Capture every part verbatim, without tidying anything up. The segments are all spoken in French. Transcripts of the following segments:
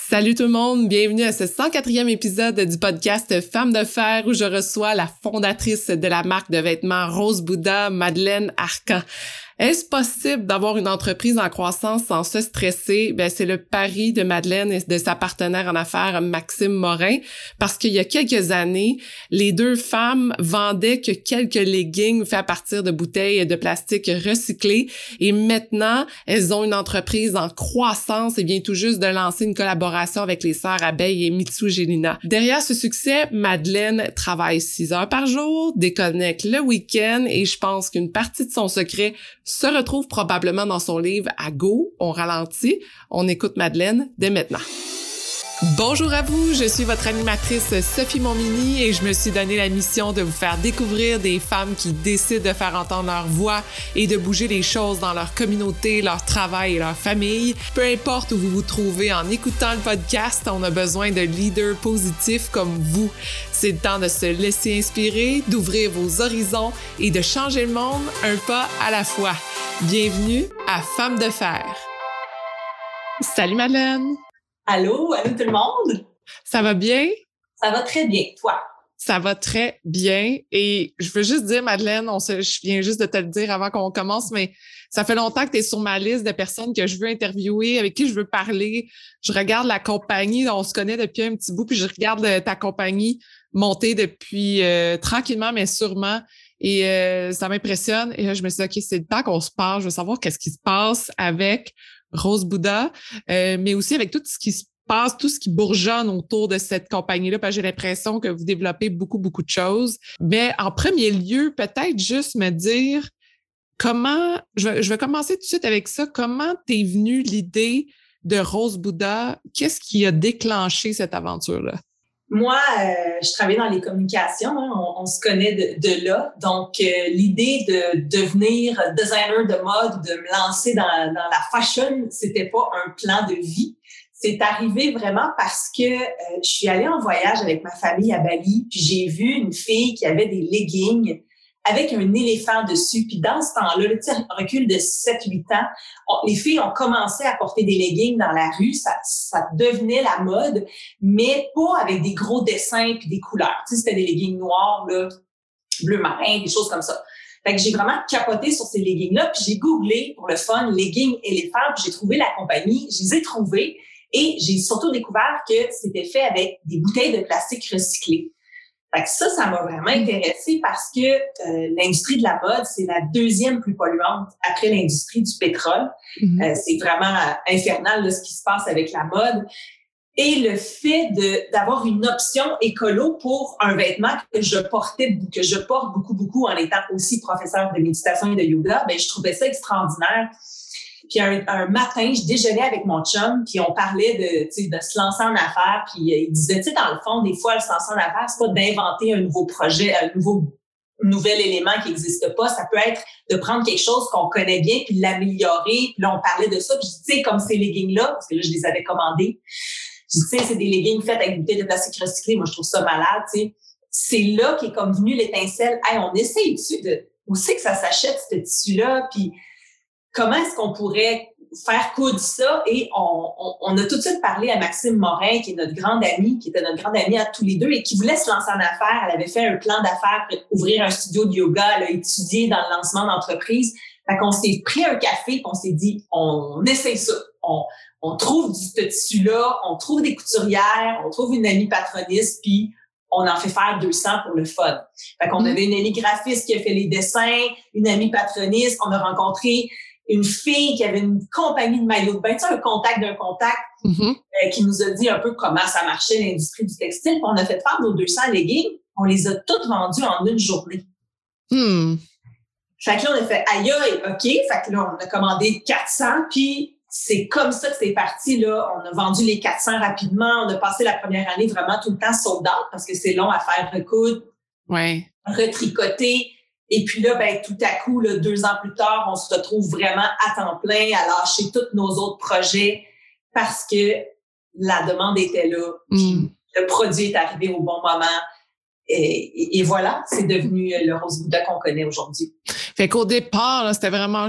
Salut tout le monde, bienvenue à ce cent quatrième épisode du podcast Femmes de fer où je reçois la fondatrice de la marque de vêtements Rose Bouddha, Madeleine Arcan. Est-ce possible d'avoir une entreprise en croissance sans se stresser? Ben, c'est le pari de Madeleine et de sa partenaire en affaires, Maxime Morin, parce qu'il y a quelques années, les deux femmes vendaient que quelques leggings faits à partir de bouteilles de plastique recyclées et maintenant, elles ont une entreprise en croissance et vient tout juste de lancer une collaboration avec les sœurs Abeille et Mitsu Gélina. Derrière ce succès, Madeleine travaille six heures par jour, déconnecte le week-end et je pense qu'une partie de son secret se retrouve probablement dans son livre « À go, on ralentit ». On écoute Madeleine dès maintenant. Bonjour à vous, je suis votre animatrice Sophie Montminy et je me suis donné la mission de vous faire découvrir des femmes qui décident de faire entendre leur voix et de bouger les choses dans leur communauté, leur travail et leur famille. Peu importe où vous vous trouvez en écoutant le podcast, on a besoin de leaders positifs comme vous. C'est le temps de se laisser inspirer, d'ouvrir vos horizons et de changer le monde un pas à la fois. Bienvenue à Femmes de fer. Salut Madeleine! Allô, allô tout le monde? Ça va bien? Ça va très bien, toi? Ça va très bien et je veux juste dire, Madeleine, on se, je viens juste de te le dire avant qu'on commence, mais ça fait longtemps que tu es sur ma liste de personnes que je veux interviewer, avec qui je veux parler. Je regarde la compagnie, on se connaît depuis un petit bout, puis je regarde ta compagnie monter depuis euh, tranquillement, mais sûrement. Et euh, ça m'impressionne. Et là, je me suis dit, OK, c'est le temps qu'on se parle. Je veux savoir qu'est-ce qui se passe avec Rose Bouddha, euh, mais aussi avec tout ce qui se passe, tout ce qui bourgeonne autour de cette compagnie-là, parce que j'ai l'impression que vous développez beaucoup, beaucoup de choses. Mais en premier lieu, peut-être juste me dire comment, je vais, je vais commencer tout de suite avec ça, comment t'es venue l'idée de Rose Bouddha? Qu'est-ce qui a déclenché cette aventure-là? Moi, euh, je travaille dans les communications, hein, on, on se connaît de, de là. Donc, euh, l'idée de devenir designer de mode, de me lancer dans, dans la fashion, c'était pas un plan de vie. C'est arrivé vraiment parce que euh, je suis allée en voyage avec ma famille à Bali, puis j'ai vu une fille qui avait des leggings avec un éléphant dessus. Puis dans ce temps-là, le petit recul de sept huit ans, on, les filles ont commencé à porter des leggings dans la rue. Ça, ça devenait la mode, mais pas avec des gros dessins puis des couleurs. Tu sais, c'était des leggings noirs, là, bleu marin, des choses comme ça. Fait que j'ai vraiment capoté sur ces leggings-là. Puis j'ai googlé pour le fun leggings éléphants. Puis j'ai trouvé la compagnie. Je les ai trouvés. Et j'ai surtout découvert que c'était fait avec des bouteilles de plastique recyclées. Fait que ça, ça m'a vraiment intéressée parce que euh, l'industrie de la mode, c'est la deuxième plus polluante après l'industrie du pétrole. Mm-hmm. Euh, c'est vraiment infernal là, ce qui se passe avec la mode. Et le fait de d'avoir une option écolo pour un vêtement que je portais, que je porte beaucoup, beaucoup en étant aussi professeur de méditation et de yoga, ben je trouvais ça extraordinaire. Puis un, un matin, je déjeunais avec mon chum, puis on parlait de, tu sais, de se lancer en affaires. Puis il disait, tu sais, dans le fond, des fois, se lancer en affaires, c'est pas d'inventer un nouveau projet, un nouveau nouvel élément qui n'existe pas. Ça peut être de prendre quelque chose qu'on connaît bien puis de l'améliorer. Puis là, on parlait de ça. Puis je dis, tu sais, comme ces leggings-là, parce que là, je les avais commandés. Je dis, tu sais, c'est des leggings faits avec des bouteilles de plastique recyclées. Moi, je trouve ça malade, tu sais. C'est là qu'est comme venu l'étincelle. Hey, on essaye-tu de, où c'est que ça s'achète, ce tissu-là? Puis comment est-ce qu'on pourrait faire coudre ça? Et on, on, on a tout de suite parlé à Maxime Morin, qui est notre grande amie, qui était notre grande amie à tous les deux et qui voulait se lancer en affaires. Elle avait fait un plan d'affaires pour ouvrir un studio de yoga. Elle a étudié dans le lancement d'entreprise. Fait qu'on s'est pris un café et on s'est dit, on essaye ça. On, on trouve du ce tissu-là, on trouve des couturières, on trouve une amie patroniste, puis on en fait faire deux cents pour le fun. Fait qu'on mmh. avait une amie graphiste qui a fait les dessins, une amie patroniste. On a rencontré une fille qui avait une compagnie de maillots de bain, tu sais, un contact d'un contact, mm-hmm. euh, qui nous a dit un peu comment ça marchait l'industrie du textile. Puis on a fait faire nos deux cents leggings. On les a toutes vendus en une journée. Mm. Fait que là, on a fait aïe, aïe, OK. Fait que là, on a commandé quatre cents. Puis c'est comme ça que c'est parti, là. On a vendu les quatre cents rapidement. On a passé la première année vraiment tout le temps sold out parce que c'est long à faire recoudre, ouais. retricoter. Et puis là, ben tout à coup, là, deux ans plus tard, on se retrouve vraiment à temps plein à lâcher tous nos autres projets parce que la demande était là. Mm. Le produit est arrivé au bon moment. Et, et, et voilà, c'est devenu le Rose Bouddha qu'on connaît aujourd'hui. Fait qu'au départ, là, c'était vraiment juste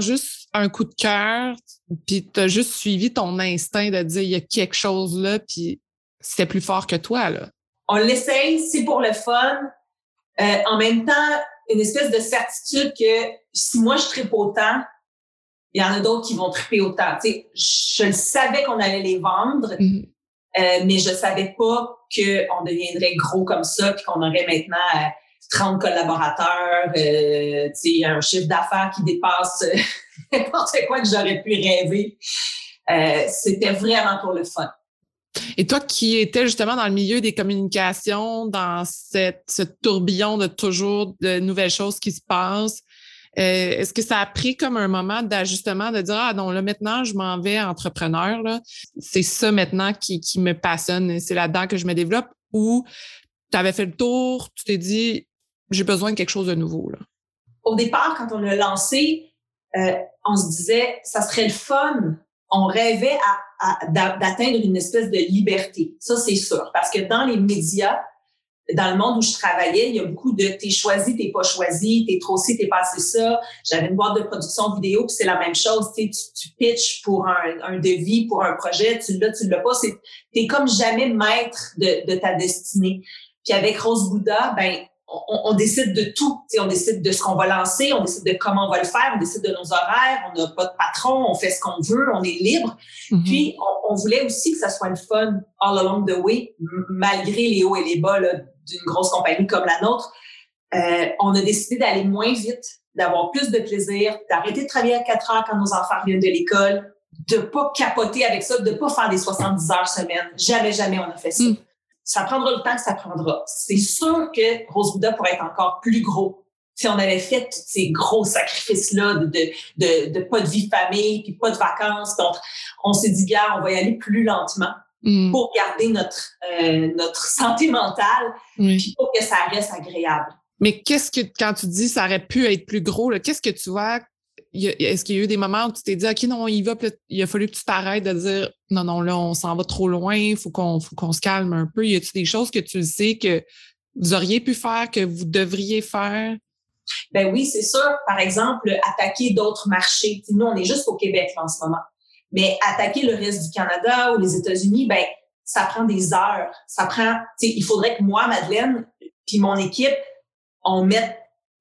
un coup de cœur, puis tu as juste suivi ton instinct de dire il y a quelque chose là, puis c'était plus fort que toi, là? On l'essaye, c'est pour le fun. Euh, en même temps, une espèce de certitude que si moi je trippe autant, il y en a d'autres qui vont tripper autant. Tu sais, je le savais qu'on allait les vendre, mm-hmm. euh, mais je savais pas qu'on deviendrait gros comme ça, puis qu'on aurait maintenant euh, trente collaborateurs, euh, tu sais, un chiffre d'affaires qui dépasse euh, n'importe quoi que j'aurais pu rêver. Euh, c'était vraiment pour le fun. Et toi qui étais justement dans le milieu des communications, dans cette, ce tourbillon de toujours de nouvelles choses qui se passent, euh, est-ce que ça a pris comme un moment d'ajustement de dire « Ah non, là maintenant, je m'en vais entrepreneur, là. C'est ça maintenant qui, qui me passionne, c'est là-dedans que je me développe » ou tu avais fait le tour, tu t'es dit « J'ai besoin de quelque chose de nouveau. » là. Au départ, quand on l'a lancé, euh, on se disait « Ça serait le fun. » On rêvait à, à, d'atteindre une espèce de liberté. Ça, c'est sûr. Parce que dans les médias, dans le monde où je travaillais, il y a beaucoup de t'es choisi, t'es pas choisi, t'es trop ci, t'es passé ça. J'avais une boîte de production vidéo, puis c'est la même chose. Tu, tu pitches pour un, un devis, pour un projet, tu l'as, tu l'as pas. C'est, t'es comme jamais maître de, de ta destinée. Puis avec Rose Bouddha, ben on, on décide de tout. Tu sais, on décide de ce qu'on va lancer, on décide de comment on va le faire, on décide de nos horaires, on n'a pas de patron, on fait ce qu'on veut, on est libre. Mm-hmm. Puis, on, on voulait aussi que ça soit le fun all along the way, m- malgré les hauts et les bas là, d'une grosse compagnie comme la nôtre. Euh, on a décidé d'aller moins vite, d'avoir plus de plaisir, d'arrêter de travailler à quatre heures quand nos enfants viennent de l'école, de pas capoter avec ça, de pas faire des soixante-dix heures semaine. Jamais, jamais on a fait ça. Mm. Ça prendra le temps que ça prendra. C'est sûr que Rose Bouddha pourrait être encore plus gros si on avait fait tous ces gros sacrifices-là de, de, de, de pas de vie de famille, puis pas de vacances. Donc, on s'est dit, gars, on va y aller plus lentement mm. pour garder notre, euh, notre santé mentale, mm. puis pour que ça reste agréable. Mais qu'est-ce que, quand tu dis ça aurait pu être plus gros, là, qu'est-ce que tu vois? Il y a, est-ce qu'il y a eu des moments où tu t'es dit, OK, non, il va, il a fallu que tu t'arrêtes de dire, non, non, là, on s'en va trop loin, il faut qu'on, faut qu'on se calme un peu. Y a-t-il des choses que tu sais que vous auriez pu faire, que vous devriez faire? Ben oui, c'est sûr. Par exemple, attaquer d'autres marchés. T'sais, nous, on est juste au Québec là, en ce moment. Mais attaquer le reste du Canada ou les États-Unis, ben ça prend des heures. Ça prend, tu sais, il faudrait que moi, Madeleine, puis mon équipe, on mette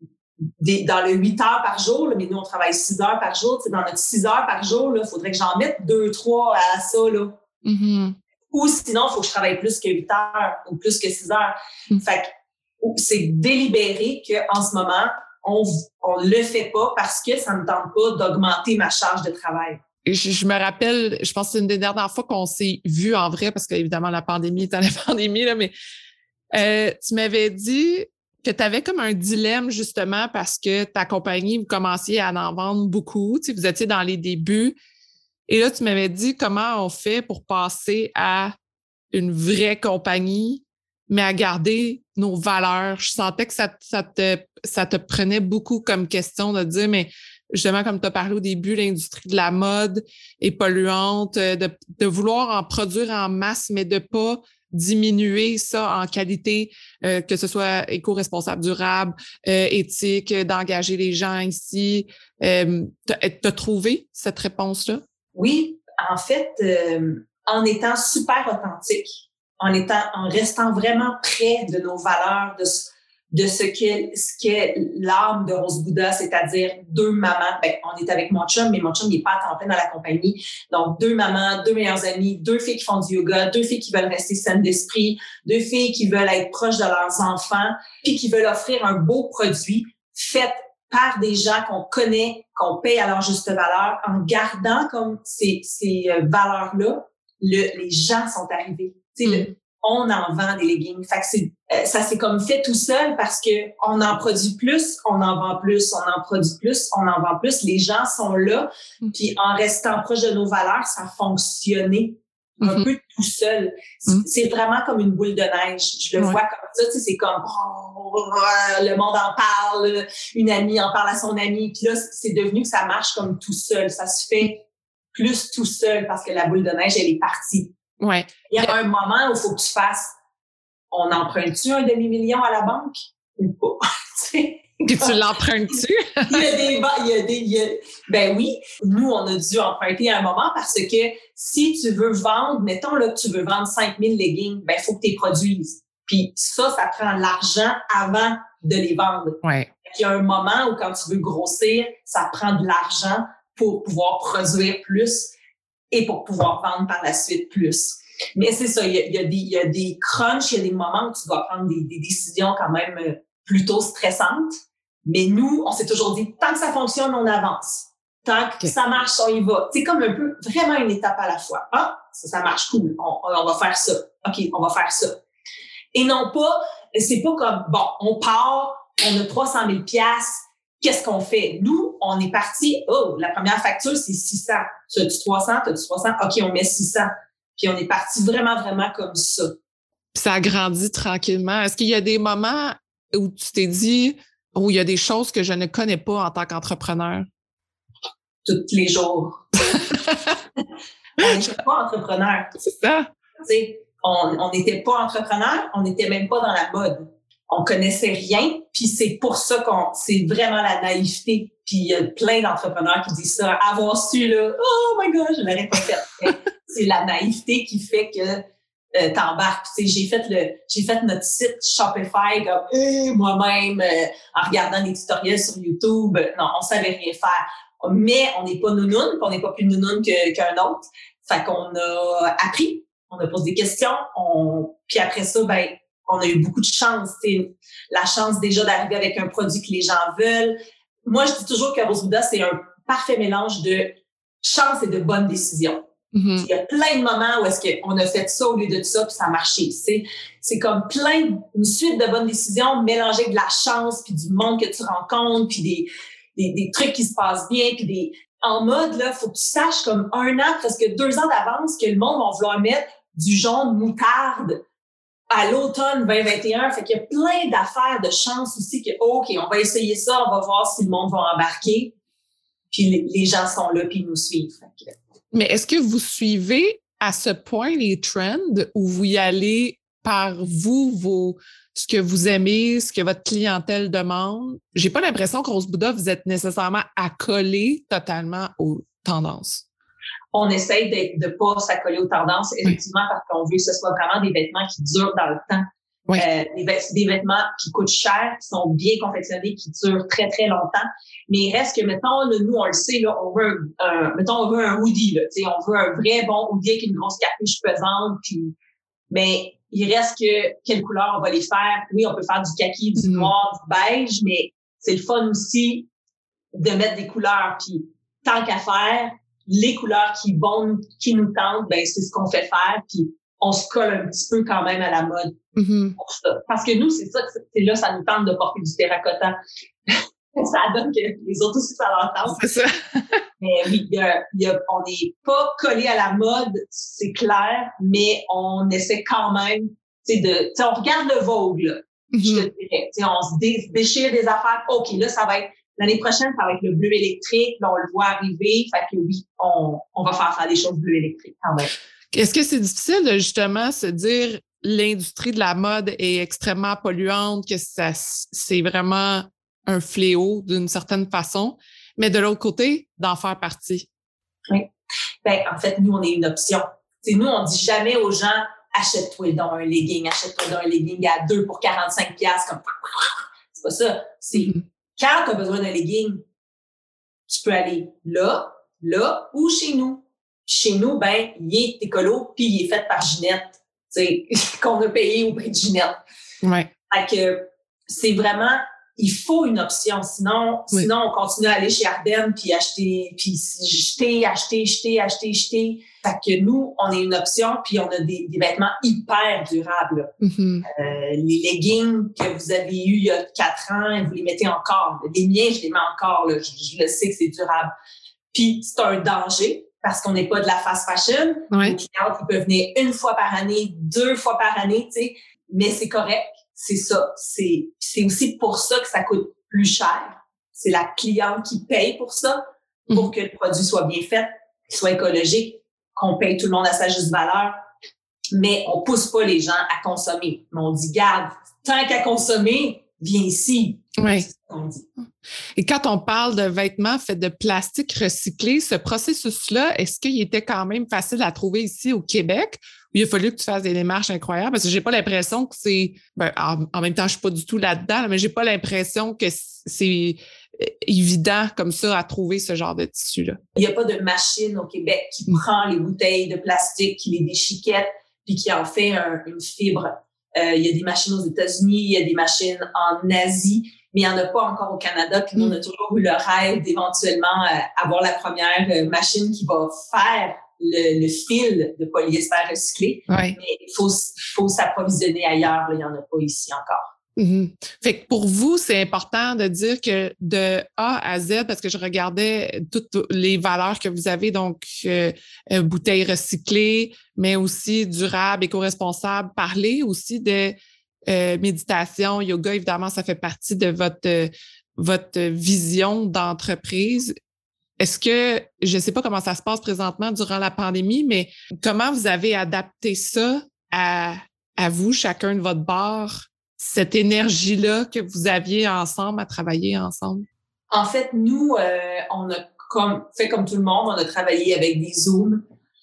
Des, dans le huit heures par jour, là, mais nous, on travaille six heures par jour. Dans notre six heures par jour, il faudrait que j'en mette deux, trois à ça. Là. Mm-hmm. Ou sinon, il faut que je travaille plus que huit heures ou plus que six heures. Mm-hmm. Fait que c'est délibéré qu'en ce moment, on on le fait pas parce que ça ne me tente pas d'augmenter ma charge de travail. Je, je me rappelle, je pense que c'est une des dernières fois qu'on s'est vu en vrai, parce qu'évidemment, la pandémie était la pandémie, là, mais euh, tu m'avais dit que tu avais comme un dilemme, justement, parce que ta compagnie, vous commenciez à en vendre beaucoup, tu sais, vous étiez dans les débuts. Et là, tu m'avais dit comment on fait pour passer à une vraie compagnie, mais à garder nos valeurs. Je sentais que ça, ça, te, ça te prenait beaucoup comme question de dire, mais justement, comme tu as parlé au début, l'industrie de la mode est polluante, de, de vouloir en produire en masse, mais de pas diminuer ça en qualité, euh, que ce soit éco-responsable, durable, euh, éthique, d'engager les gens ici. Euh, t'as, t'as trouvé cette réponse-là? Oui, en fait, euh, en étant super authentique, en étant, en restant vraiment près de nos valeurs, de, de ce qu'est, ce qu'est l'âme de Rose Bouddha, c'est-à-dire deux mamans. Ben, on est avec mon chum, mais mon chum n'est pas à temps plein dans la compagnie. Donc, deux mamans, deux meilleures amies, deux filles qui font du yoga, deux filles qui veulent rester saines d'esprit, deux filles qui veulent être proches de leurs enfants, puis qui veulent offrir un beau produit fait par des gens qu'on connaît, qu'on paye à leur juste valeur, en gardant comme ces, ces valeurs-là, le, les gens sont arrivés. Tu sais, mm. le, on en vend des leggings. Fait que c'est, euh, ça s'est comme fait tout seul parce que on en produit plus, on en vend plus, on en produit plus, on en vend plus. Les gens sont là. Mm. Puis en restant proche de nos valeurs, ça a fonctionné un mm-hmm. peu tout seul. C'est, mm. c'est vraiment comme une boule de neige. Je le ouais. vois comme ça. Tu sais, c'est comme oh, le monde en parle, une amie en parle à son amie. Puis là, c'est devenu que ça marche comme tout seul. Ça se fait plus tout seul parce que la boule de neige, elle est partie. Ouais. Il y a un moment où il faut que tu fasses, on emprunte-tu un demi-million à la banque ou pas? Puis tu l'empruntes-tu? il y a des, il y a des, il y a, ben oui, nous, on a dû emprunter à un moment parce que si tu veux vendre, mettons là que tu veux vendre cinq mille leggings, ben, il faut que tu les produises. Puis ça, ça prend l'argent avant de les vendre. Ouais. Il y a un moment où quand tu veux grossir, ça prend de l'argent pour pouvoir produire plus et pour pouvoir vendre par la suite plus. Mais c'est ça, il y a, il y a des, il y a des crunchs, il y a des moments où tu dois prendre des, des décisions quand même plutôt stressantes. Mais nous, on s'est toujours dit, tant que ça fonctionne, on avance. Tant que okay. ça marche, on y va. C'est comme un peu vraiment une étape à la fois. Ah, ça, ça marche, cool. On, on va faire ça. OK, on va faire ça. Et non pas, c'est pas comme, bon, on part, on a trois cent mille piastres, qu'est-ce qu'on fait? Nous, on est parti, oh, la première facture, c'est six cents. Tu as-tu trois cents? Tu as-tu trois cents? OK, on met six cents. Puis on est parti vraiment, vraiment comme ça. Puis ça a grandi tranquillement. Est-ce qu'il y a des moments où tu t'es dit, où il y a des choses que je ne connais pas en tant qu'entrepreneur? Tous les jours. On n'était pas entrepreneur. C'est ça. Tu sais, on n'était pas entrepreneur, on n'était même pas dans la mode. On connaissait rien, puis c'est pour ça qu'on, c'est vraiment la naïveté. Puis il y a plein d'entrepreneurs qui disent ça. Avoir su, là, oh my God, je l'aurais pas fait. C'est la naïveté qui fait que euh, t'embarques. Tu sais, j'ai fait le, j'ai fait notre site Shopify comme euh, moi-même euh, en regardant des tutoriels sur YouTube. Non, on savait rien faire. Mais on n'est pas nounoun, puis on n'est pas plus nounoun que, qu'un autre. Fait qu'on a appris, on a posé des questions, on, puis après ça, ben, on a eu beaucoup de chance. T'sais, la chance déjà d'arriver avec un produit que les gens veulent. Moi, je dis toujours que Rose Bouddha, c'est un parfait mélange de chance et de bonnes décisions. Mm-hmm. Il y a plein de moments où est-ce qu'on a fait ça au lieu de ça, puis ça a marché. C'est, c'est comme plein, une suite de bonnes décisions mélangées avec de la chance, puis du monde que tu rencontres, puis des, des, des trucs qui se passent bien, puis des... En mode, là, faut que tu saches comme un an, presque deux ans d'avance que le monde va vouloir mettre du jaune moutarde à l'automne vingt vingt et un. Fait qu'il y a plein d'affaires de chance aussi que, OK, on va essayer ça, on va voir si le monde va embarquer. Puis les, les gens sont là, puis ils nous suivent. Fait que... Mais est-ce que vous suivez à ce point les trends ou vous y allez par vous, vos, ce que vous aimez, ce que votre clientèle demande? J'ai pas l'impression que Rose Bouddha, vous êtes nécessairement accolé totalement aux tendances. On essaye de ne pas s'accoler aux tendances, effectivement, oui. Parce qu'on veut que ce soit vraiment des vêtements qui durent dans le temps. Oui. Euh, des, des vêtements qui coûtent cher, qui sont bien confectionnés, qui durent très, très longtemps. Mais il reste que, mettons, là, nous, on le sait, là, on veut un, un, mettons, on veut un hoodie, là, tu sais, on veut un vrai bon hoodie avec une grosse capuche pesante, puis, mais il reste que, quelle couleur on va les faire. Oui, on peut faire du kaki, du mmh. noir, du beige, mais c'est le fun aussi de mettre des couleurs, puis tant qu'à faire, les couleurs qui vont, qui nous tentent, ben c'est ce qu'on fait faire, puis on se colle un petit peu quand même à la mode mm-hmm. pour ça. Parce que nous, c'est ça, c'est là, ça nous tente de porter du terracotta. Ça donne que les autres aussi, ça leur tente. C'est ça. Mais oui, il y a, il y a, on n'est pas collé à la mode, c'est clair, mais on essaie quand même, tu sais, de, tu sais, on regarde le Vogue, là, mm-hmm. je te dirais. Tu sais, on se dé, déchire des affaires. OK, là, ça va être l'année prochaine, ça va être le bleu électrique. Là, on le voit arriver. Fait que oui, on, on va faire faire des choses bleu électriques quand même. Est-ce que c'est difficile de justement se dire l'industrie de la mode est extrêmement polluante, que ça, c'est vraiment un fléau d'une certaine façon, mais de l'autre côté, d'en faire partie? Oui. Ben, en fait, nous, on est une option. T'sais, nous, on dit jamais aux gens, achète-toi donc un legging, achète-toi donc un legging à deux pour quarante-cinq piastres. Comme... C'est pas ça. C'est mm-hmm. Quand tu as besoin d'un legging, tu peux aller là, là ou chez nous. Chez nous, ben, il est écolo puis il est fait par Ginette, tu sais, qu'on a payé au prix de Ginette. Ouais. Fait que c'est vraiment, il faut une option. Sinon, oui. sinon on continue à aller chez Ardennes puis acheter, puis jeter, acheter, jeter, acheter, jeter. Fait que nous, on est une option puis on a des, des vêtements hyper durables. Mm-hmm. Euh, les leggings que vous avez eus il y a quatre ans, vous les mettez encore. Les miens, je les mets encore. Là. Je, je le sais que c'est durable. Puis c'est un danger. Parce qu'on n'est pas de la fast fashion. Oui. Les clients, ils peuvent venir une fois par année, deux fois par année, tu sais. Mais c'est correct. C'est ça. C'est, c'est aussi pour ça que ça coûte plus cher. C'est la cliente qui paye pour ça, pour mmh. que le produit soit bien fait, qu'il soit écologique, qu'on paye tout le monde à sa juste valeur. Mais on pousse pas les gens à consommer. Mais on dit, garde, tant qu'à consommer, viens ici. Oui. C'est ce qu'on dit. Et quand on parle de vêtements faits de plastique recyclé, ce processus-là, est-ce qu'il était quand même facile à trouver ici au Québec ou il a fallu que tu fasses des démarches incroyables? Parce que j'ai pas l'impression que c'est... Ben, en, en même temps, je suis pas du tout là-dedans, mais j'ai pas l'impression que c'est évident comme ça à trouver ce genre de tissu-là. Il n'y a pas de machine au Québec qui mmh. prend les bouteilles de plastique, qui les déchiquette, puis qui en fait un, une fibre. Euh, il y a des machines aux États-Unis, il y a des machines en Asie, mais il n'y en a pas encore au Canada. Puis nous, on a toujours eu le rêve d'éventuellement euh, avoir la première euh, machine qui va faire le, le fil de polyester recyclé. Ouais. Mais il faut, faut s'approvisionner ailleurs. Là, il n'y en a pas ici encore. Mm-hmm. Fait que pour vous, c'est important de dire que de A à Z, parce que je regardais toutes les valeurs que vous avez, donc euh, euh, bouteilles recyclées, mais aussi durable, éco-responsable, parler aussi de euh, méditation, yoga, évidemment, ça fait partie de votre, euh, votre vision d'entreprise. Est-ce que, je ne sais pas comment ça se passe présentement durant la pandémie, mais comment vous avez adapté ça à, à vous, chacun de votre bord, cette énergie-là que vous aviez ensemble, à travailler ensemble? En fait, nous, euh, on a comme, fait comme tout le monde, on a travaillé avec des Zooms.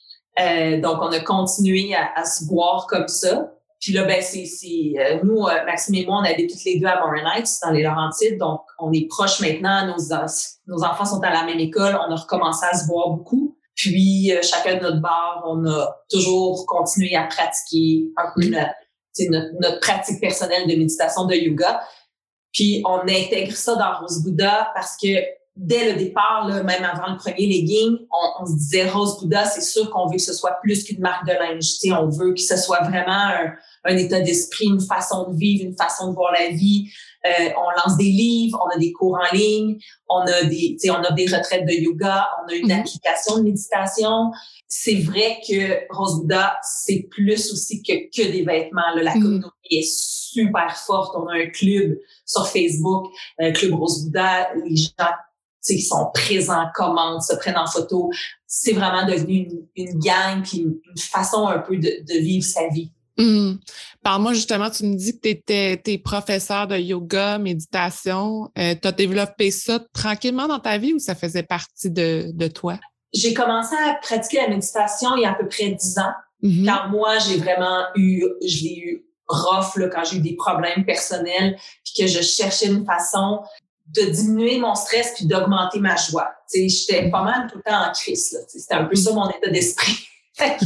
Euh, donc, on a continué à, à se voir comme ça. Puis là, ben, c'est, c'est euh, nous, euh, Maxime et moi, on habite toutes les deux à Morin Heights, dans les Laurentides. Donc, on est proches maintenant. Nos, nos enfants sont à la même école. On a recommencé à se voir beaucoup. Puis, euh, chacun de notre bar, on a toujours continué à pratiquer un peu notre, notre, notre pratique personnelle de méditation, de yoga. Puis, on intègre ça dans Rose Buddha parce que dès le départ, là, même avant le premier legging, on, on se disait Rose Buddha, c'est sûr qu'on veut que ce soit plus qu'une marque de linge. Tu sais, on veut que ce soit vraiment un, un état d'esprit, une façon de vivre, une façon de voir la vie. Euh, on lance des livres, on a des cours en ligne, on a des, tu sais, on a des retraites de yoga, on a une mm-hmm. application de méditation. C'est vrai que Rose Buddha, c'est plus aussi que, que des vêtements. Là. La mm-hmm. communauté est super forte. On a un club sur Facebook, un club Rose Buddha. Les gens qui sont présents, commentent, se prennent en photo. C'est vraiment devenu une, une gang puis une, une façon un peu de, de vivre sa vie. Mmh. Parle-moi justement, tu me dis que tu étais t'es professeur de yoga, méditation. Euh, tu as développé ça tranquillement dans ta vie ou ça faisait partie de, de toi? J'ai commencé à pratiquer la méditation il y a à peu près dix ans. Mmh. Quand moi, j'ai vraiment eu, je l'ai eu rough là, quand j'ai eu des problèmes personnels puis que je cherchais une façon de diminuer mon stress puis d'augmenter ma joie. Tu sais, j'étais pas mal tout le temps en crise, là. C'était un peu ça mon état d'esprit. Fait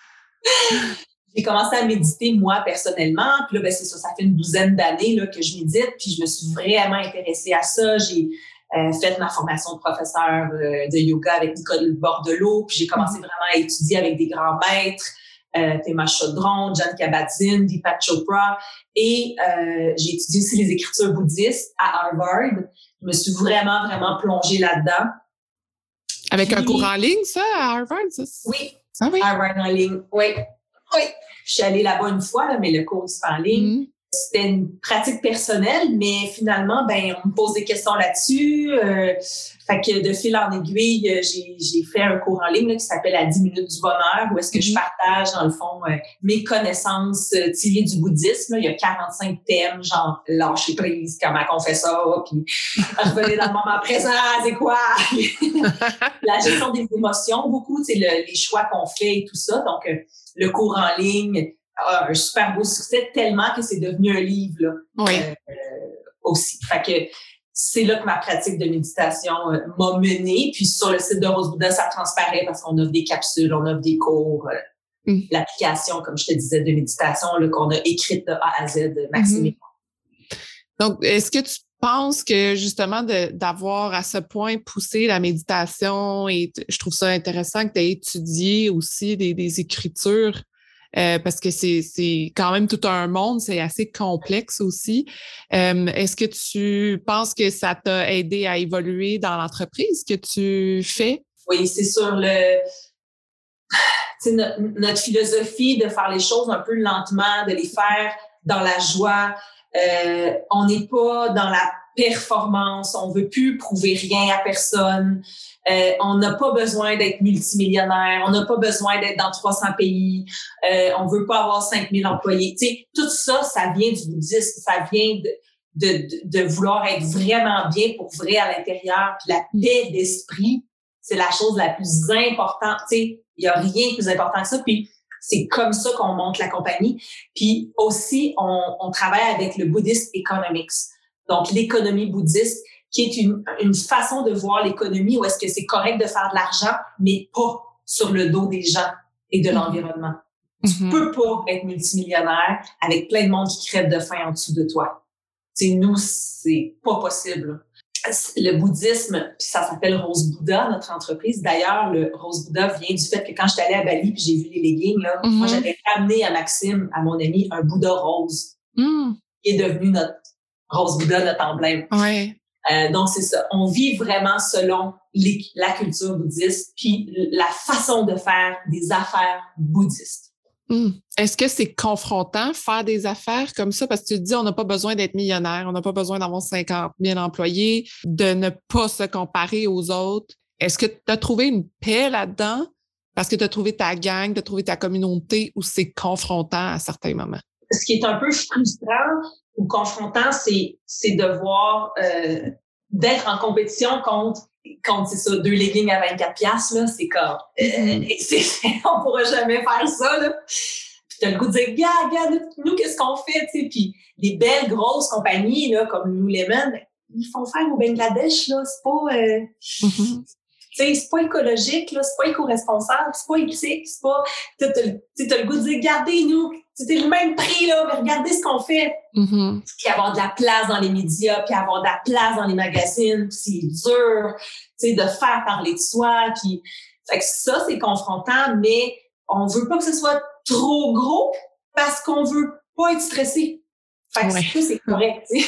que j'ai commencé à méditer moi personnellement, puis là ben c'est ça, ça fait une douzaine d'années là que je médite, puis je me suis vraiment intéressée à ça. J'ai euh, fait ma formation de professeur euh, de yoga avec Nicole Bordelot, puis j'ai commencé vraiment à étudier avec des grands maîtres. Euh, Pema Chodron, Jon Kabat-Zinn, Deepak Chopra. Et euh, j'ai étudié aussi les écritures bouddhistes à Harvard. Je me suis vraiment, vraiment plongée là-dedans. Avec Puis, un cours en ligne, ça, à Harvard? Ça? Oui, ah, oui, Harvard en ligne. Oui, oui. Je suis allée là-bas une fois, là, mais le cours, c'est en ligne. Mm-hmm. C'était une pratique personnelle, mais finalement, ben, on me pose des questions là-dessus. Euh, fait que de fil en aiguille, j'ai, j'ai fait un cours en ligne là, qui s'appelle la dix minutes du bonheur, où est-ce que mm-hmm. je partage, dans le fond, euh, mes connaissances euh, tirées du bouddhisme. Là. Il y a quarante-cinq thèmes, genre lâcher prise, comment on fait ça, puis revenir dans le moment présent, c'est quoi? La gestion des émotions, beaucoup, tu sais, le, les choix qu'on fait et tout ça. Donc, euh, le cours en ligne, a un super beau succès, tellement que c'est devenu un livre là, oui. euh, aussi. Fait que c'est là que ma pratique de méditation euh, m'a menée. Puis sur le site de Rose Buddha, ça transparaît parce qu'on offre des capsules, on offre des cours, euh, mm. l'application, comme je te disais, de méditation là, qu'on a écrite de A à Z, Maxime. Mm-hmm. Donc, est-ce que tu penses que justement de, d'avoir à ce point poussé la méditation, et t- je trouve ça intéressant que tu aies étudié aussi des, des écritures, Euh, parce que c'est, c'est quand même tout un monde, c'est assez complexe aussi. Euh, est-ce que tu penses que ça t'a aidé à évoluer dans l'entreprise que tu fais? Oui, c'est sûr. Le, c'est notre, notre philosophie de faire les choses un peu lentement, de les faire dans la joie. Euh, on n'est pas dans la performance, on veut plus prouver rien à personne. Euh, on n'a pas besoin d'être multimillionnaire, on n'a pas besoin d'être dans trois cents pays, euh, on veut pas avoir cinq mille employés. Tu sais, tout ça, ça vient du bouddhisme, ça vient de, de, de, de vouloir être vraiment bien pour vrai à l'intérieur. Puis la paix d'esprit, c'est la chose la plus importante. Tu sais, il y a rien de plus important que ça. Puis c'est comme ça qu'on monte la compagnie. Puis aussi, on, on travaille avec le Buddhist Economics, donc l'économie bouddhiste, qui est une, une façon de voir l'économie où est-ce que c'est correct de faire de l'argent, mais pas sur le dos des gens et de l'environnement. Mm-hmm. Tu peux pas être multimillionnaire avec plein de monde qui crève de faim en dessous de toi. T'sais, nous, c'est pas possible. Le bouddhisme, puis ça s'appelle Rose Buddha, notre entreprise. D'ailleurs, le Rose Buddha vient du fait que quand j'étais allée à Bali puis j'ai vu les leggings, là, mm-hmm. moi, j'avais ramené à Maxime, à mon ami, un Bouddha rose, mm. qui est devenu notre Rose Buddha, notre emblème. Ouais. Euh, donc, c'est ça. On vit vraiment selon les, la culture bouddhiste puis la façon de faire des affaires bouddhistes. Mmh. Est-ce que c'est confrontant faire des affaires comme ça? Parce que tu te dis, on n'a pas besoin d'être millionnaire, on n'a pas besoin d'avoir cinquante mille employés, de ne pas se comparer aux autres. Est-ce que tu as trouvé une paix là-dedans? Parce que tu as trouvé ta gang, tu as trouvé ta communauté, ou c'est confrontant à certains moments? Ce qui est un peu frustrant ou confrontant, c'est, c'est de voir, euh, d'être en compétition contre Contre, c'est ça, deux leggings à vingt-quatre piastres, là, c'est comme, euh, mm-hmm. c'est, on pourra jamais faire ça, là. Puis t'as le goût de dire, regarde, regarde, nous, nous, qu'est-ce qu'on fait, tu sais. Puis les belles, grosses compagnies, là, comme Lululemon, ils font faire au Bangladesh, là, c'est pas, euh, mm-hmm. tu sais, c'est pas écologique, là, c'est pas éco-responsable, c'est pas éthique, c'est pas, t'as, t'as, t'as le goût de dire, regardez, nous, c'était le même prix, là, mais regardez ce qu'on fait. Mm-hmm. Puis avoir de la place dans les médias, puis avoir de la place dans les magazines, puis c'est dur, tu sais, de faire parler de soi, puis fait que ça, c'est confrontant, mais on veut pas que ce soit trop gros parce qu'on veut pas être stressé. Fait que ouais. ça, c'est correct, tu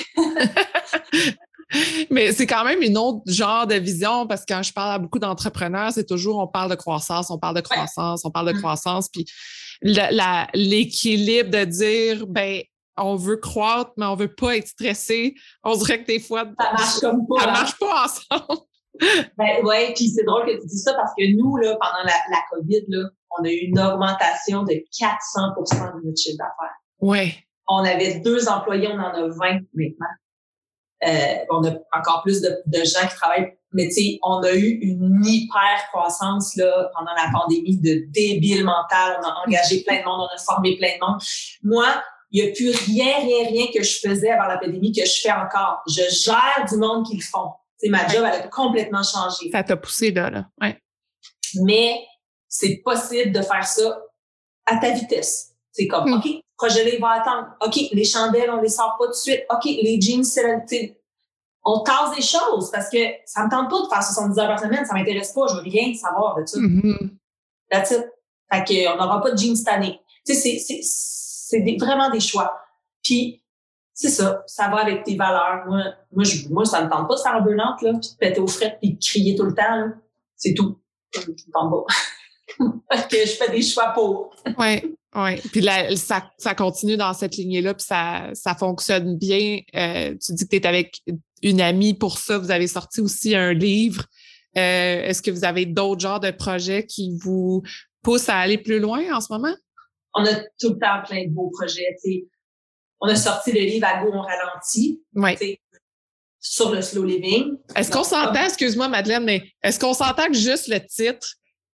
sais. Mais c'est quand même une autre genre de vision parce que quand je parle à beaucoup d'entrepreneurs, c'est toujours on parle de croissance, on parle de croissance, ouais. on parle de croissance, puis la, la, l'équilibre de dire, ben, on veut croître, mais on veut pas être stressé. On dirait que des fois, ça marche comme pas. Ça hein? marche pas ensemble. Ben ouais, puis c'est drôle que tu dis ça parce que nous, là, pendant la, la COVID, là, on a eu une augmentation de quatre cents pour cent de notre chiffre d'affaires. Ouais. On avait deux employés, on en a vingt maintenant. Euh, on a encore plus de, de gens qui travaillent, mais tu sais, on a eu une hyper croissance là pendant la pandémie de débile mental. On a engagé plein de monde, on a formé plein de monde. Moi, il n'y a plus rien, rien, rien que je faisais avant la pandémie que je fais encore. Je gère du monde qui le font. Tu sais, ma job, elle a complètement changé. Ça t'a poussé là, là. Ouais. Mais c'est possible de faire ça à ta vitesse. C'est comme, mm. OK, le projet-là, il va attendre. OK, les chandelles, on les sort pas tout de suite. OK, les jeans, c'est là, on tasse des choses parce que ça me tente pas de faire soixante-dix heures par semaine. Ça m'intéresse pas. Je veux rien savoir de ça. Mm-hmm. That's it. Fait qu'on n'aura pas de jeans cette année. Tu sais, c'est, c'est, c'est des, vraiment des choix. Puis, c'est ça. Ça va avec tes valeurs. Moi, moi, je, moi ça me tente pas de faire un burn-out, là, puis de péter aux frettes puis de crier tout le temps, là. C'est tout. Ça me tente pas. Parce que je fais des choix pour. Ouais. Oui, puis là, ça, ça continue dans cette lignée-là, puis ça, ça fonctionne bien. Euh, tu dis que tu es avec une amie pour ça. Vous avez sorti aussi un livre. Euh, est-ce que vous avez d'autres genres de projets qui vous poussent à aller plus loin en ce moment? On a tout le temps plein de beaux projets. T'sais. On a sorti le livre « À go, on ralentit ». Oui. Sur le slow living. Est-ce qu'on s'entend, excuse-moi Madeleine, mais est-ce qu'on s'entend que juste le titre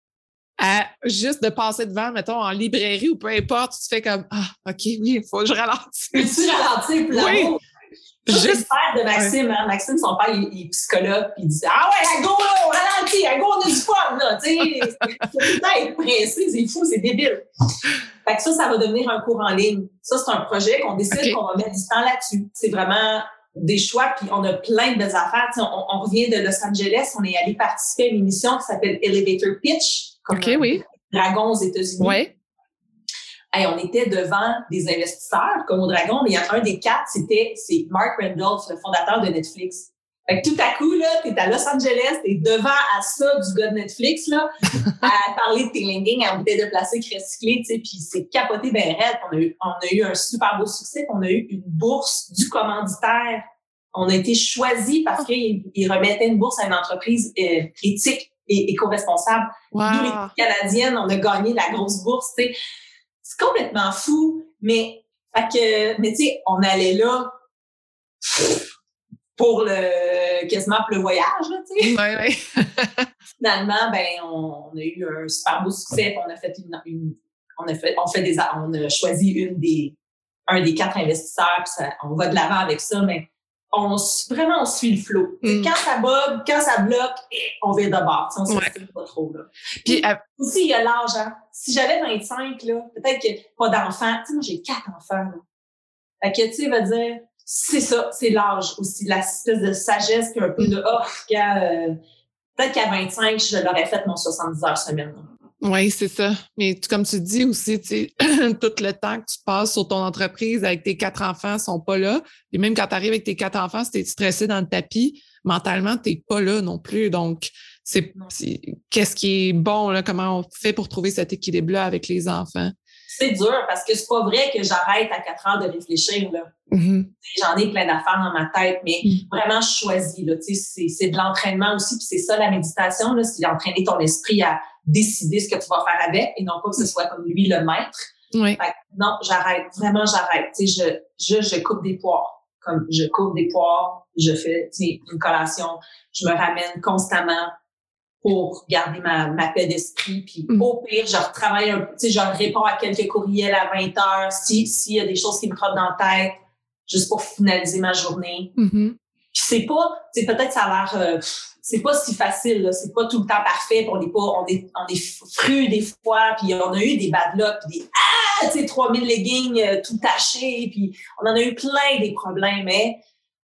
à juste de passer devant, mettons, en librairie ou peu importe, tu te fais comme, ah, OK, oui, il faut que je ralentisse. Peux-tu ralentir pour l'amour? Oui. Ça, juste... c'est le père de Maxime. Ouais. Hein? Maxime, son père, il, il est psychologue, puis il dit, ah ouais, à go, là, on ralentit, à go, on a du fun, là, tu sais. Faut tout le temps être pressé, c'est fou, c'est débile. Fait que ça, ça va devenir un cours en ligne. Ça, c'est un projet qu'on décide okay. qu'on va mettre du temps là-dessus. C'est vraiment des choix, puis on a plein de belles affaires. On, on revient de Los Angeles, on est allé participer à une émission qui s'appelle Elevator Pitch. Comme OK, oui. Dragon aux États-Unis. Oui. Hey, on était devant des investisseurs comme au Dragon, mais il y a un des quatre, c'était c'est Mark Randolph, le fondateur de Netflix. Fait que tout à coup, là, t'es à Los Angeles, t'es devant à ça du gars de Netflix, là, à parler de tes leggings à bouteille de plastique recyclée, tu sais, puis c'est capoté ben raide. On a eu, on a eu un super beau succès, on a eu une bourse du commanditaire. On a été choisis parce qu'ils ils remettaient une bourse à une entreprise euh, éthique et éco-responsable. Wow. Nous, les Canadiennes, on a gagné la grosse bourse, tu sais. C'est complètement fou, mais, fait que, mais tu sais, on allait là pour le quasiment pour le voyage, là, tu sais. Ouais, ouais. Finalement, ben, on, on a eu un super beau succès. On a fait une, une on a fait, on fait des, on a choisi une des, un des quatre investisseurs. Puis ça, on va de l'avant avec ça, mais on vraiment on suit le flow. Mm. Quand ça bug, quand ça bloque, on vient de bord. On ne ouais. se pas trop là. Puis, Puis euh... aussi il y a l'âge. Hein. Si j'avais vingt-cinq là, peut-être que pas d'enfants. Tu sais, moi j'ai quatre enfants. Là. Fait que tu sais, va dire. C'est ça, c'est l'âge aussi, la espèce de sagesse puis un peu de oh, qu'à, euh, peut-être qu'à vingt-cinq, je l'aurais fait mon soixante-dix heures semaine. Oui, c'est ça. Mais tu, comme tu dis aussi, tu sais, tout le temps que tu passes sur ton entreprise avec tes quatre enfants sont pas là. Et même quand tu arrives avec tes quatre enfants, si tu es stressé dans le tapis, mentalement, tu n'es pas là non plus. Donc, c'est, c'est qu'est-ce qui est bon, là, comment on fait pour trouver cet équilibre-là avec les enfants? C'est dur parce que c'est pas vrai que j'arrête à quatre heures de réfléchir, là. Mm-hmm. J'en ai plein d'affaires dans ma tête, mais mm-hmm. vraiment, je choisis, là. Tu sais, c'est, c'est de l'entraînement aussi, puis c'est ça, la méditation, là. C'est d'entraîner ton esprit à décider ce que tu vas faire avec et non pas que ce soit comme lui le maître. Oui. Fait que non, j'arrête. Vraiment, j'arrête. Tu sais, je, je, je coupe des poires. Comme je coupe des poires, je fais, tu sais, une collation. Je me ramène constamment pour garder ma, ma paix d'esprit. Puis mm. au pire, je retravaille un peu, tu sais, je réponds à quelques courriels à vingt heures, si, s'il y a des choses qui me trottent dans la tête, juste pour finaliser ma journée. Mm-hmm. Puis c'est pas, tu sais, peut-être ça a l'air, euh, c'est pas si facile, là. C'est pas tout le temps parfait, puis on est pas, on est, on est fru des fois, puis on a eu des bad luck, puis des, ah, tu sais, trois mille leggings euh, tout tachés, puis on en a eu plein des problèmes, mais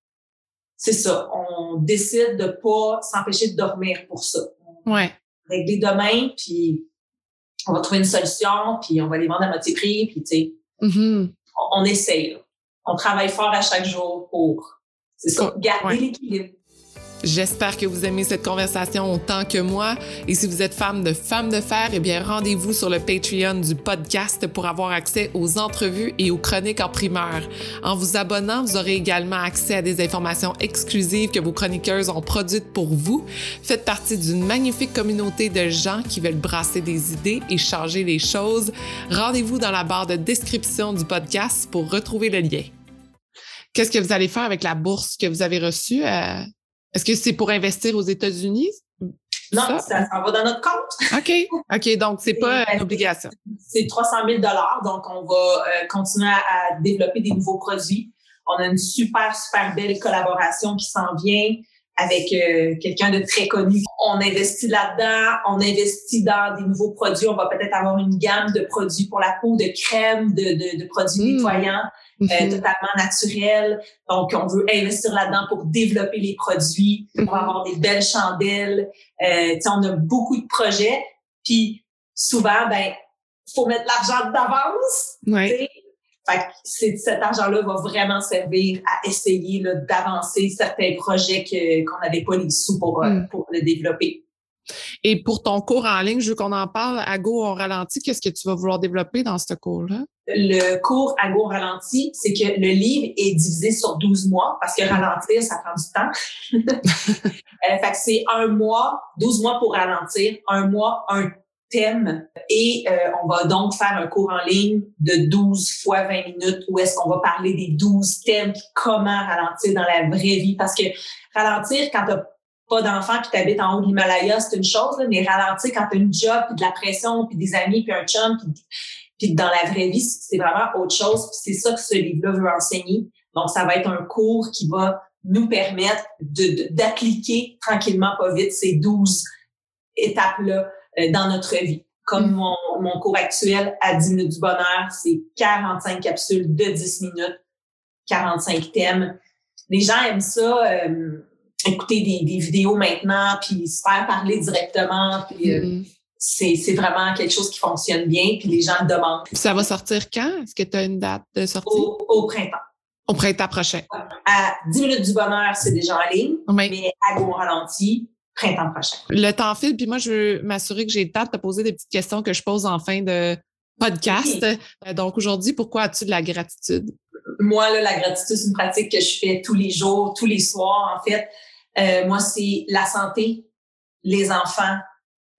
c'est ça, on décide de pas s'empêcher de dormir pour ça. Ouais. Régler demain, puis on va trouver une solution, puis on va les vendre à moitié prix, puis tu sais, mm-hmm. on, on essaye, là. On travaille fort à chaque jour pour, c'est ça, garder ouais. l'équilibre. J'espère que vous aimez cette conversation autant que moi. Et si vous êtes femme de Femmes de Fer, eh bien, rendez-vous sur le Patreon du podcast pour avoir accès aux entrevues et aux chroniques en primeur. En vous abonnant, vous aurez également accès à des informations exclusives que vos chroniqueuses ont produites pour vous. Faites partie d'une magnifique communauté de gens qui veulent brasser des idées et changer les choses. Rendez-vous dans la barre de description du podcast pour retrouver le lien. Qu'est-ce que vous allez faire avec la bourse que vous avez reçue? Euh... Est-ce que c'est pour investir aux États-Unis? Non, ça, ça s'en va dans notre compte. OK. OK, donc c'est pas une obligation. C'est trois cent mille dollars, donc on va euh, continuer à, à développer des nouveaux produits. On a une super, super belle collaboration qui s'en vient avec euh, quelqu'un de très connu. On investit là-dedans, on investit dans des nouveaux produits. On va peut-être avoir une gamme de produits pour la peau, de crèmes, de, de, de produits mmh. nettoyants. Euh, mm-hmm. totalement naturel. Donc, on veut investir là-dedans pour développer les produits, pour mm-hmm. avoir des belles chandelles. Euh, tu sais, on a beaucoup de projets. Puis, souvent, ben, faut mettre l'argent d'avance. Ouais. Fait que c'est, cet argent-là va vraiment servir à essayer là, d'avancer certains projets que, qu'on n'avait pas les sous pour, mm. pour le développer. Et pour ton cours en ligne, je veux qu'on en parle, à Go on ralentit, qu'est-ce que tu vas vouloir développer dans ce cours-là? Le cours à Go ralenti, c'est que le livre est divisé sur douze mois parce que ralentir, ça prend du temps. euh, fait que c'est un mois, douze mois pour ralentir, un mois, un thème. Et euh, on va donc faire un cours en ligne de douze fois vingt minutes où est-ce qu'on va parler des douze thèmes, comment ralentir dans la vraie vie. Parce que ralentir, quand t'as pas d'enfant puis t'habites en haut de l'Himalaya, c'est une chose, là, mais ralentir quand t'as une job, puis de la pression, puis des amis, puis un chum, puis Puis dans la vraie vie, c'est vraiment autre chose. Puis c'est ça que ce livre-là veut enseigner. Donc, ça va être un cours qui va nous permettre de, de, d'appliquer tranquillement, pas vite, ces douze étapes-là euh, dans notre vie. Comme mmh. mon, mon cours actuel à dix minutes du bonheur, c'est quarante-cinq capsules de dix minutes, quarante-cinq thèmes. Les gens aiment ça, euh, écouter des, des vidéos maintenant, puis se faire parler directement, puis... Euh, mmh. C'est, c'est vraiment quelque chose qui fonctionne bien, puis les gens le demandent. Ça va sortir quand? Est-ce que tu as une date de sortie? Au, au printemps. Au printemps prochain. À dix minutes du bonheur, c'est déjà en ligne, oui. mais à Go ralenti, printemps prochain. Le temps file, puis moi, je veux m'assurer que j'ai le temps de te poser des petites questions que je pose en fin de podcast. Oui. Donc, aujourd'hui, pourquoi as-tu de la gratitude? Moi, là, la gratitude, c'est une pratique que je fais tous les jours, tous les soirs, en fait. Euh, moi, c'est la santé, les enfants,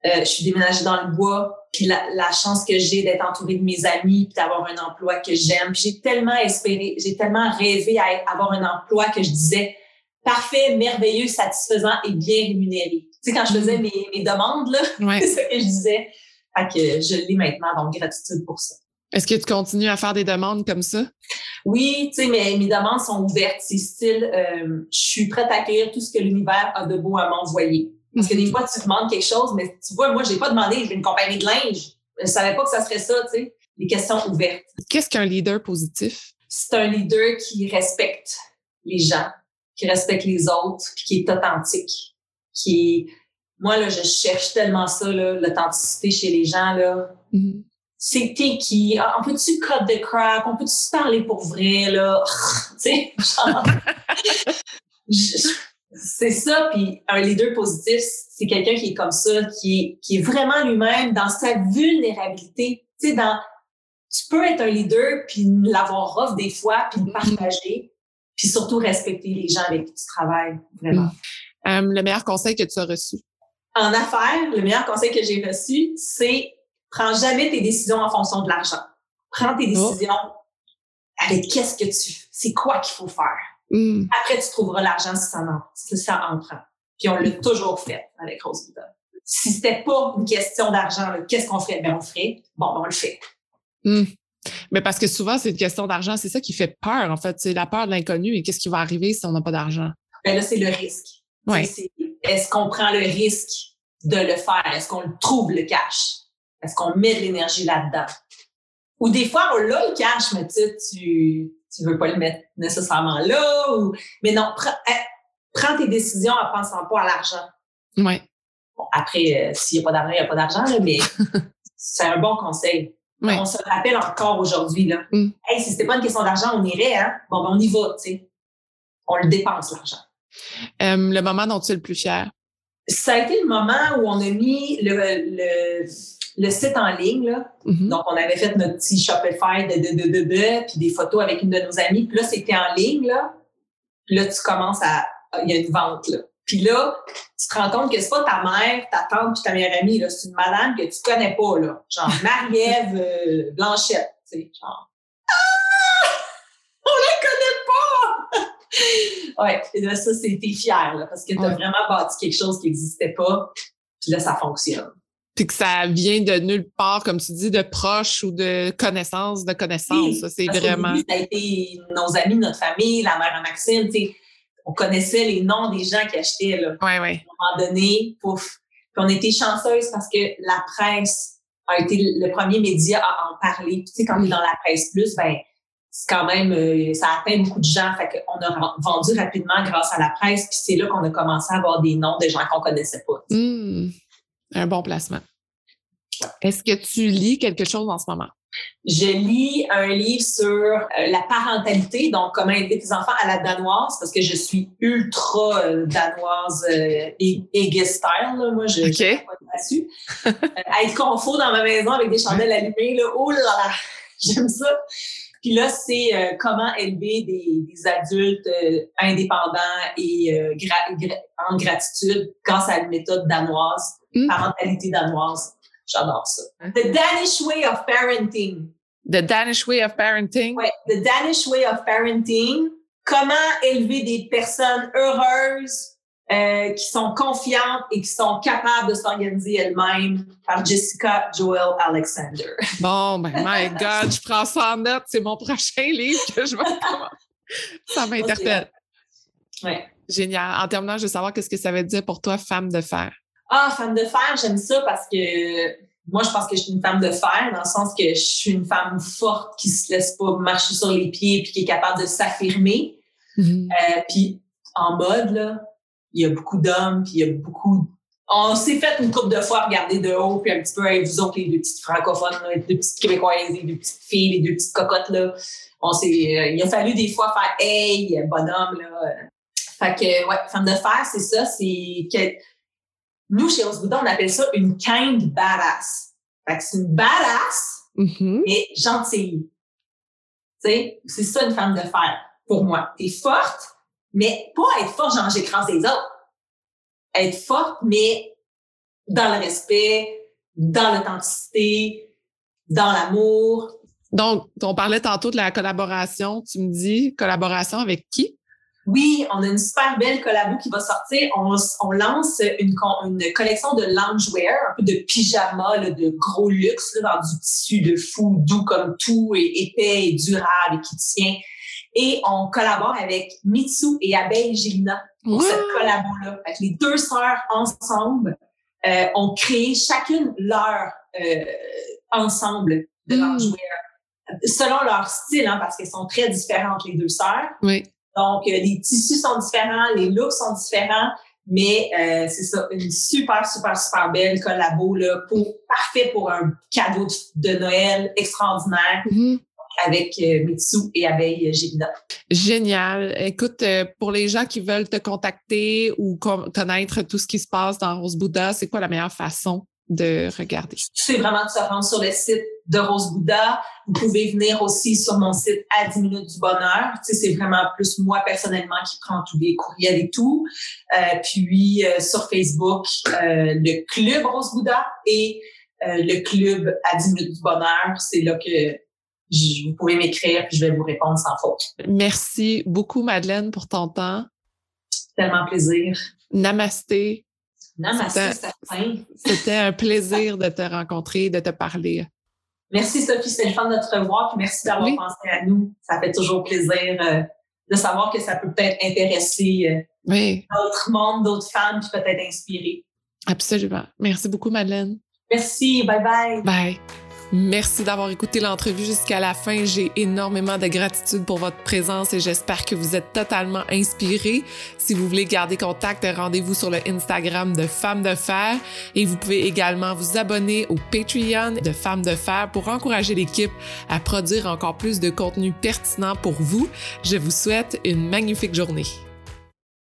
Euh, je suis déménagée dans le bois, puis la, la chance que j'ai d'être entourée de mes amis, puis d'avoir un emploi que j'aime. Puis j'ai tellement espéré, j'ai tellement rêvé à avoir un emploi que je disais parfait, merveilleux, satisfaisant et bien rémunéré. Tu sais, quand je faisais mes, mes demandes, là, Ouais. c'est ça que je disais. Fait que je l'ai maintenant, donc gratitude pour ça. Est-ce que tu continues à faire des demandes comme ça? Oui, tu sais, mes, mes demandes sont ouvertes. C'est style, euh, je suis prête à accueillir tout ce que l'univers a de beau à m'envoyer. Parce que des fois, tu demandes quelque chose, mais tu vois, moi, j'ai pas demandé, j'ai une compagnie de linge. Je savais pas que ça serait ça, tu sais. Les questions ouvertes. Qu'est-ce qu'un leader positif? C'est un leader qui respecte les gens, qui respecte les autres, puis qui est authentique. Qui est... Moi, là, je cherche tellement ça, là, l'authenticité chez les gens, là. Mm-hmm. C'est t'es qui? On peut-tu cut the crap? On peut-tu se parler pour vrai, là? Tu sais, genre... je, c'est ça, puis un leader positif, c'est quelqu'un qui est comme ça, qui est, qui est vraiment lui-même dans sa vulnérabilité. Tu sais, dans... Tu peux être un leader, puis l'avoir off des fois, puis le partager, puis surtout respecter les gens avec qui tu travailles, vraiment. Mm. Um, le meilleur conseil que tu as reçu? En affaires, le meilleur conseil que j'ai reçu, c'est prends jamais tes décisions en fonction de l'argent. Prends tes décisions oh. avec qu'est-ce que tu... C'est quoi qu'il faut faire. Mm. Après, tu trouveras l'argent si ça en, si ça en prend. Puis on l'a toujours fait avec Rose Bouddha. Si c'était pas une question d'argent, là, qu'est-ce qu'on ferait? Ben, on le ferait. Bon, ben, on le fait. Mm. Mais parce que souvent, c'est une question d'argent. C'est ça qui fait peur, en fait. C'est la peur de l'inconnu. Et qu'est-ce qui va arriver si on n'a pas d'argent? Ben là, c'est le risque. Ouais. C'est, est-ce qu'on prend le risque de le faire? Est-ce qu'on le trouve, le cash? Est-ce qu'on met de l'énergie là-dedans? Ou des fois, on l'a, le cash, mais tu tu veux pas le mettre nécessairement là. Ou... Mais non, prends, prends tes décisions en pensant pas à l'argent. Ouais. Bon, après, euh, s'il n'y a pas d'argent, il n'y a pas d'argent, là, mais c'est un bon conseil. Ouais. On se rappelle encore aujourd'hui, là. Mm. Hey, si c'était pas une question d'argent, on irait, hein? Bon, ben, on y va, tu sais. On le dépense, l'argent. Um, le moment dont tu es le plus fier? Ça a été le moment où on a mis le, le, le site en ligne, là. Mm-hmm. Donc, on avait fait notre petit Shopify de, de, de, de, de, puis des photos avec une de nos amies. Puis là, c'était en ligne, là. Puis là, tu commences à... Il y a une vente, là. Puis là, tu te rends compte que c'est pas ta mère, ta tante puis ta meilleure amie, là. C'est une madame que tu connais pas, là. Genre Marie-Ève euh, Blanchette, tu sais. Genre... Ah! On la connaît pas! Ouais, et là, ça, c'était fier, là, parce que tu as ouais. vraiment bâti quelque chose qui n'existait pas. Puis là, ça fonctionne. Puis que ça vient de nulle part, comme tu dis, de proches ou de connaissances, de connaissances. Oui, c'est parce vraiment... Qu'au début, ça a été nos amis, notre famille, la mère à Maxime, tu sais. On connaissait les noms des gens qui achetaient, là. Ouais, ouais. À un moment donné, pouf. Puis on était chanceuses parce que la presse a été le premier média à en parler. Puis, tu sais, quand on est dans la presse plus, ben, c'est quand même, euh, ça atteint beaucoup de gens. Fait qu'on a vendu rapidement grâce à la presse. Puis c'est là qu'on a commencé à avoir des noms de gens qu'on connaissait pas. Mmh. Un bon placement. Est-ce que tu lis quelque chose en ce moment? Je lis un livre sur euh, la parentalité, donc comment élever tes enfants à la danoise, parce que je suis ultra euh, danoise euh, et, et style, là. Moi, je ne suis pas là-dessus. euh, être confort dans ma maison avec des chandelles allumées, là, oh là là, j'aime ça. Puis là, c'est euh, comment élever des, des adultes euh, indépendants et euh, gra- gra- en gratitude grâce à la méthode danoise, mm. parentalité danoise. J'adore ça. The Danish Way of Parenting. The Danish Way of Parenting? Oui, The Danish Way of Parenting. Comment élever des personnes heureuses, euh, qui sont confiantes et qui sont capables de s'organiser elles-mêmes, par Jessica Joel Alexander. Bon, ben, my God, je prends ça en note. C'est mon prochain livre que je vais commencer. Ça m'interpelle. Oui. Génial. En terminant, je veux savoir qu'est-ce que ça veut dire pour toi, femme de fer? Ah, femme de fer, j'aime ça parce que moi, je pense que je suis une femme de fer dans le sens que je suis une femme forte qui se laisse pas marcher sur les pieds puis qui est capable de s'affirmer. Mm-hmm. Euh, puis en mode, là, il y a beaucoup d'hommes puis il y a beaucoup... On s'est fait une couple de fois regarder de haut puis un petit peu, hey, vous autres, les deux petites francophones, là, les deux petites québécoises, les deux petites filles, les deux petites cocottes, là. On s'est... Euh, il a fallu des fois faire « Hey, bonhomme, là! » Fait que, ouais, femme de fer, c'est ça, c'est... que nous, chez Rose Bouddha, on appelle ça une kind badass. Fait que c'est une badass, mm-hmm. mais gentille. Tu sais, c'est ça une femme de fer, pour moi. T'es forte, mais pas être forte, genre j'écrase les autres. Être forte, mais dans le respect, dans l'authenticité, dans l'amour. Donc, on parlait tantôt de la collaboration. Tu me dis collaboration avec qui? Oui, on a une super belle collabo qui va sortir. On, on lance une, une collection de loungewear, un peu de pyjama, là, de gros luxe, là, dans du tissu de fou, doux comme tout, et épais et durable et qui tient. Et on collabore avec Mitsu et Abeille Gélina pour ouais. cette collabo-là. Fait que les deux sœurs ensemble euh, ont créé chacune leur euh, ensemble de mm. loungewear, selon leur style, hein, parce qu'elles sont très différentes, les deux sœurs. Oui. Donc, euh, les tissus sont différents, les looks sont différents, mais euh, c'est ça, une super, super, super belle collabo, là, pour, parfait pour un cadeau de, de Noël extraordinaire mm-hmm. avec euh, Mitsu et Abeille Gélina. Génial. Écoute, euh, pour les gens qui veulent te contacter ou com- connaître tout ce qui se passe dans Rose Bouddha, c'est quoi la meilleure façon de regarder? C'est vraiment de se rendre sur le site de Rose Bouddha. Vous pouvez venir aussi sur mon site à dix minutes du bonheur. Tu sais, c'est vraiment plus moi personnellement qui prends tous les courriels et tout. Euh, puis euh, sur Facebook, euh, le club Rose Bouddha et euh, le club à dix minutes du bonheur. C'est là que je, vous pouvez m'écrire puis je vais vous répondre sans faute. Merci beaucoup, Madeleine, pour ton temps. Tellement plaisir. Namasté. Namasté, certain. C'était un plaisir de te rencontrer, de te parler. Merci, Sophie. C'était le fun de te revoir. Puis merci d'avoir oui. pensé à nous. Ça fait toujours plaisir euh, de savoir que ça peut peut-être intéresser euh, oui. d'autres mondes, d'autres femmes, puis peut-être inspirer. Absolument. Merci beaucoup, Madeleine. Merci. Bye bye. Bye. Merci d'avoir écouté l'entrevue jusqu'à la fin. J'ai énormément de gratitude pour votre présence et j'espère que vous êtes totalement inspirés. Si vous voulez garder contact, rendez-vous sur le Instagram de Femmes de Fer et vous pouvez également vous abonner au Patreon de Femmes de Fer pour encourager l'équipe à produire encore plus de contenu pertinent pour vous. Je vous souhaite une magnifique journée.